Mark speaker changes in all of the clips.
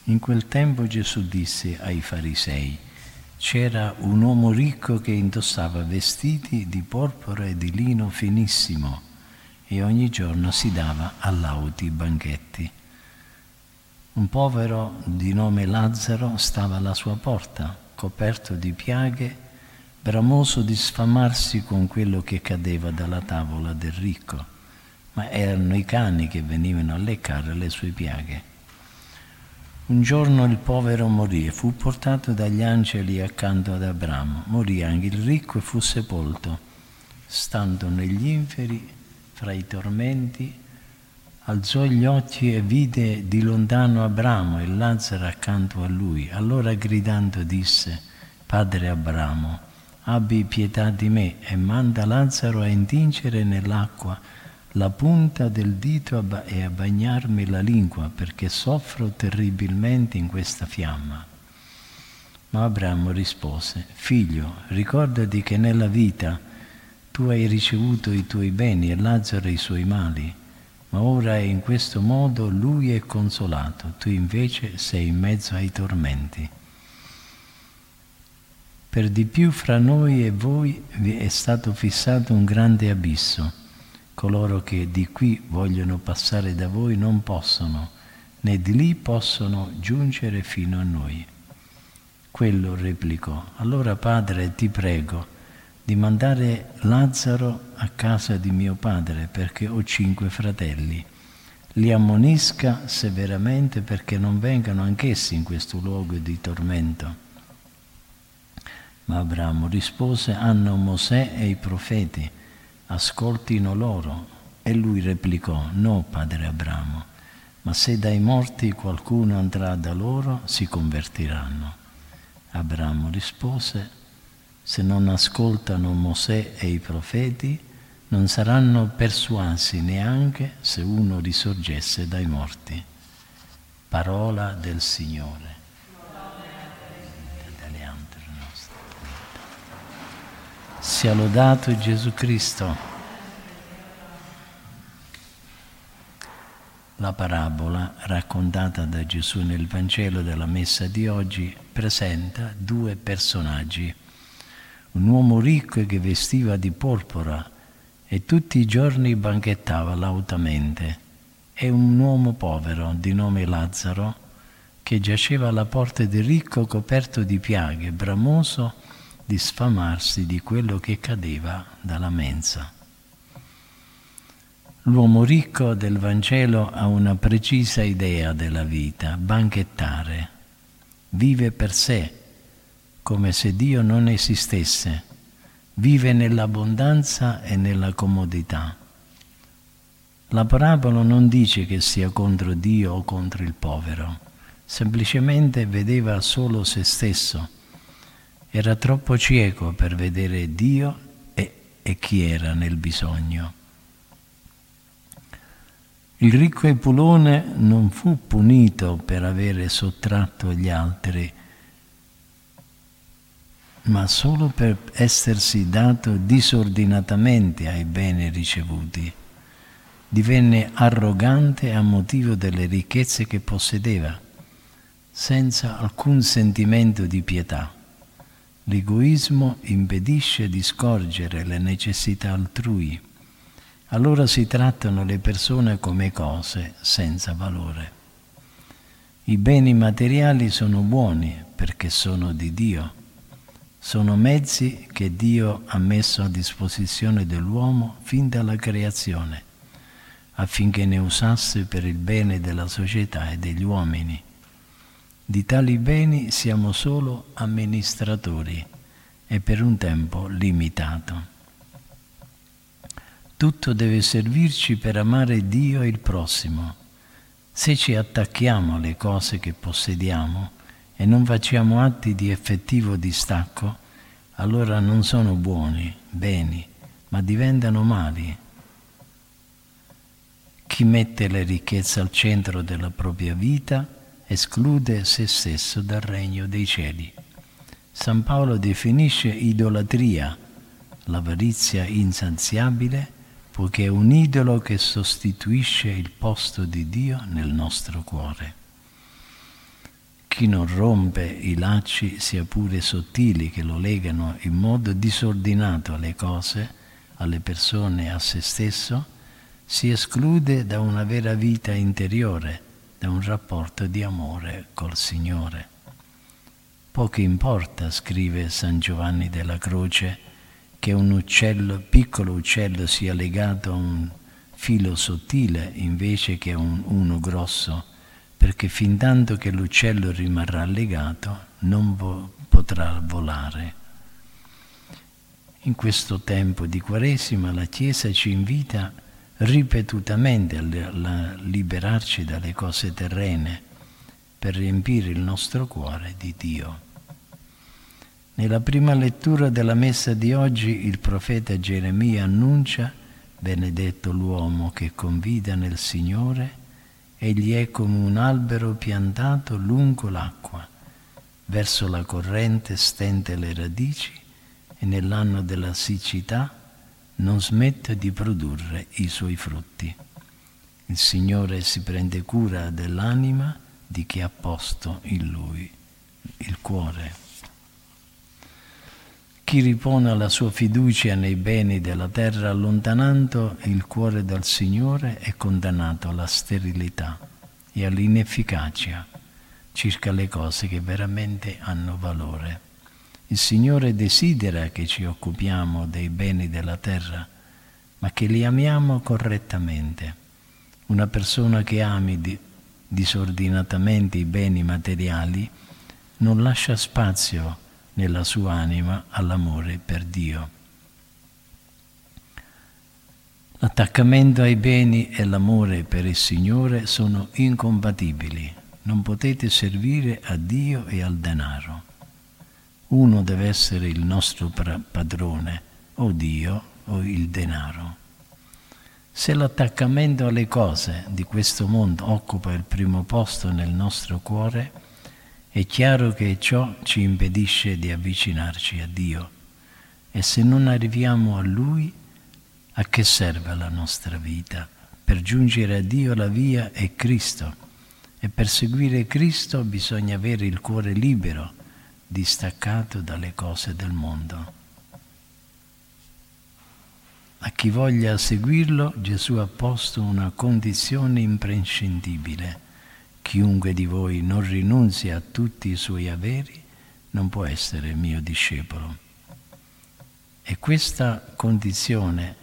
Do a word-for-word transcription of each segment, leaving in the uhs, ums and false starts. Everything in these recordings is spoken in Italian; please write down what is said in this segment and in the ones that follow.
Speaker 1: In quel tempo Gesù disse ai farisei: c'era un uomo ricco che indossava vestiti di porpora e di lino finissimo e ogni giorno si dava a lauti banchetti. Un povero di nome Lazzaro stava alla sua porta, coperto di piaghe, bramoso di sfamarsi con quello che cadeva dalla tavola del ricco, ma erano i cani che venivano a leccare le sue piaghe. Un giorno il povero morì e fu portato dagli angeli accanto ad Abramo. Morì anche il ricco e fu sepolto. Stando negli inferi, fra i tormenti, alzò gli occhi e vide di lontano Abramo e Lazzaro accanto a lui. Allora gridando disse: Padre Abramo, abbi pietà di me e manda Lazzaro a intingere nell'acqua la punta del dito e a bagnarmi la lingua, perché soffro terribilmente in questa fiamma. Ma Abramo rispose: Figlio, ricordati che nella vita tu hai ricevuto i tuoi beni e Lazzaro i suoi mali, ma ora in questo modo lui è consolato, tu invece sei in mezzo ai tormenti. Per di più fra noi e voi vi è stato fissato un grande abisso. Coloro che di qui vogliono passare da voi non possono, né di lì possono giungere fino a noi. Quello replicò: Allora, Padre, ti prego di mandare Lazzaro a casa di mio padre, perché ho cinque fratelli. Li ammonisca severamente perché non vengano anch'essi in questo luogo di tormento. Ma Abramo rispose: hanno Mosè e i profeti, ascoltino loro. E lui replicò: no, padre Abramo, ma se dai morti qualcuno andrà da loro, si convertiranno. Abramo rispose: se non ascoltano Mosè e i profeti, non saranno persuasi neanche se uno risorgesse dai morti. Parola del Signore. Sia lodato Gesù Cristo. La parabola raccontata da Gesù nel Vangelo della Messa di oggi presenta due personaggi. Un uomo ricco che vestiva di porpora e tutti i giorni banchettava lautamente, e un uomo povero di nome Lazzaro che giaceva alla porta del ricco coperto di piaghe, bramoso di sfamarsi di quello che cadeva dalla mensa. L'uomo ricco del Vangelo ha una precisa idea della vita: banchettare. Vive per sé, come se Dio non esistesse. Vive nell'abbondanza e nella comodità. La parabola non dice che sia contro Dio o contro il povero, semplicemente vedeva solo se stesso. Era troppo cieco per vedere Dio e, e chi era nel bisogno. Il ricco Epulone non fu punito per avere sottratto gli altri, ma solo per essersi dato disordinatamente ai beni ricevuti. Divenne arrogante a motivo delle ricchezze che possedeva, senza alcun sentimento di pietà. L'egoismo impedisce di scorgere le necessità altrui. Allora si trattano le persone come cose senza valore. I beni materiali sono buoni perché sono di Dio. Sono mezzi che Dio ha messo a disposizione dell'uomo fin dalla creazione, affinché ne usasse per il bene della società e degli uomini. Di tali beni siamo solo amministratori e per un tempo limitato. Tutto deve servirci per amare Dio e il prossimo. Se ci attacchiamo alle cose che possediamo e non facciamo atti di effettivo distacco, allora non sono buoni, beni, ma diventano mali. Chi mette le ricchezze al centro della propria vita esclude se stesso dal regno dei cieli. San Paolo definisce idolatria l'avarizia insaziabile, poiché è un idolo che sostituisce il posto di Dio nel nostro cuore. Chi non rompe i lacci, sia pure sottili, che lo legano in modo disordinato alle cose, alle persone e a se stesso, si esclude da una vera vita interiore, da un rapporto di amore col Signore. Poco importa, scrive San Giovanni della Croce, che un uccello, piccolo uccello sia legato a un filo sottile invece che a un, uno grosso, perché fintanto che l'uccello rimarrà legato non vo- potrà volare. In questo tempo di Quaresima la Chiesa ci invita ripetutamente a liberarci dalle cose terrene per riempire il nostro cuore di Dio. Nella prima lettura della Messa di oggi il profeta Geremia annuncia: benedetto l'uomo che confida nel Signore, egli è come un albero piantato lungo l'acqua, verso la corrente stende le radici e nell'anno della siccità non smette di produrre i suoi frutti. Il Signore si prende cura dell'anima di chi ha posto in Lui il cuore. Chi ripone la sua fiducia nei beni della terra, allontanando il cuore dal Signore, è condannato alla sterilità e all'inefficacia circa le cose che veramente hanno valore. Il Signore desidera che ci occupiamo dei beni della terra, ma che li amiamo correttamente. Una persona che ami di, disordinatamente i beni materiali non lascia spazio nella sua anima all'amore per Dio. L'attaccamento ai beni e l'amore per il Signore sono incompatibili. Non potete servire a Dio e al denaro. Uno deve essere il nostro padrone, o Dio o il denaro. Se l'attaccamento alle cose di questo mondo occupa il primo posto nel nostro cuore, è chiaro che ciò ci impedisce di avvicinarci a Dio, e se non arriviamo a Lui, a che serve la nostra vita? Per giungere a Dio la via è Cristo, e per seguire Cristo bisogna avere il cuore libero, distaccato dalle cose del mondo. A chi voglia seguirlo, Gesù ha posto una condizione imprescindibile: chiunque di voi non rinunzi a tutti i suoi averi non può essere mio discepolo. E questa condizione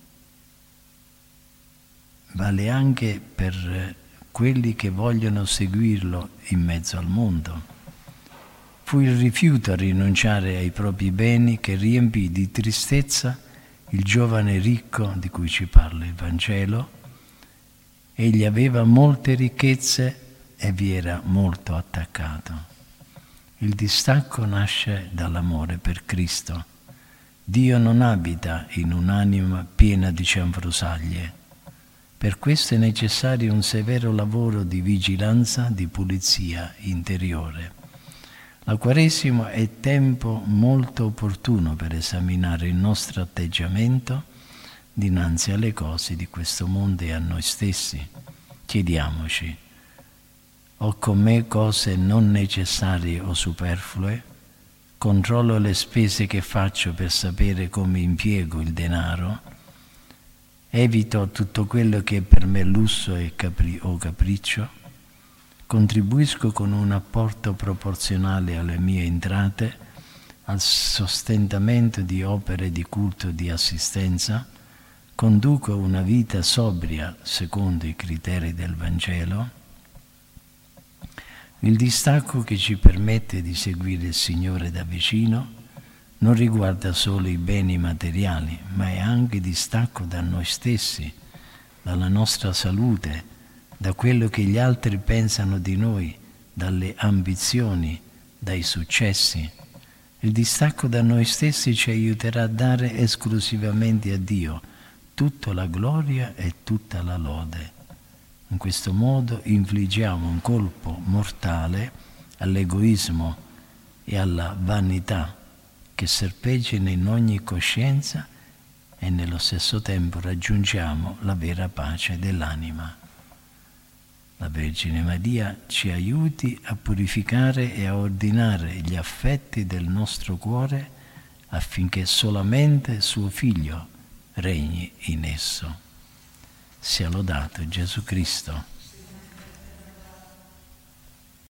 Speaker 1: vale anche per quelli che vogliono seguirlo in mezzo al mondo. Fu il rifiuto a rinunciare ai propri beni che riempì di tristezza il giovane ricco di cui ci parla il Vangelo. Egli aveva molte ricchezze e vi era molto attaccato. Il distacco nasce dall'amore per Cristo. Dio non abita in un'anima piena di cianfrusaglie. Per questo è necessario un severo lavoro di vigilanza, di pulizia interiore. La Quaresima è tempo molto opportuno per esaminare il nostro atteggiamento dinanzi alle cose di questo mondo e a noi stessi. Chiediamoci: ho con me cose non necessarie o superflue? Controllo le spese che faccio per sapere come impiego il denaro? Evito tutto quello che è per me lusso e capri- o capriccio? Contribuisco con un apporto proporzionale alle mie entrate al sostentamento di opere di culto e di assistenza? Conduco una vita sobria secondo i criteri del Vangelo? Il distacco che ci permette di seguire il Signore da vicino non riguarda solo i beni materiali, ma è anche distacco da noi stessi, dalla nostra salute, da quello che gli altri pensano di noi, dalle ambizioni, dai successi. Il distacco da noi stessi ci aiuterà a dare esclusivamente a Dio tutta la gloria e tutta la lode. In questo modo infliggiamo un colpo mortale all'egoismo e alla vanità che serpeggiano in ogni coscienza, e nello stesso tempo raggiungiamo la vera pace dell'anima. La Vergine Maria ci aiuti a purificare e a ordinare gli affetti del nostro cuore affinché solamente suo Figlio regni in esso. Sia lodato Gesù Cristo.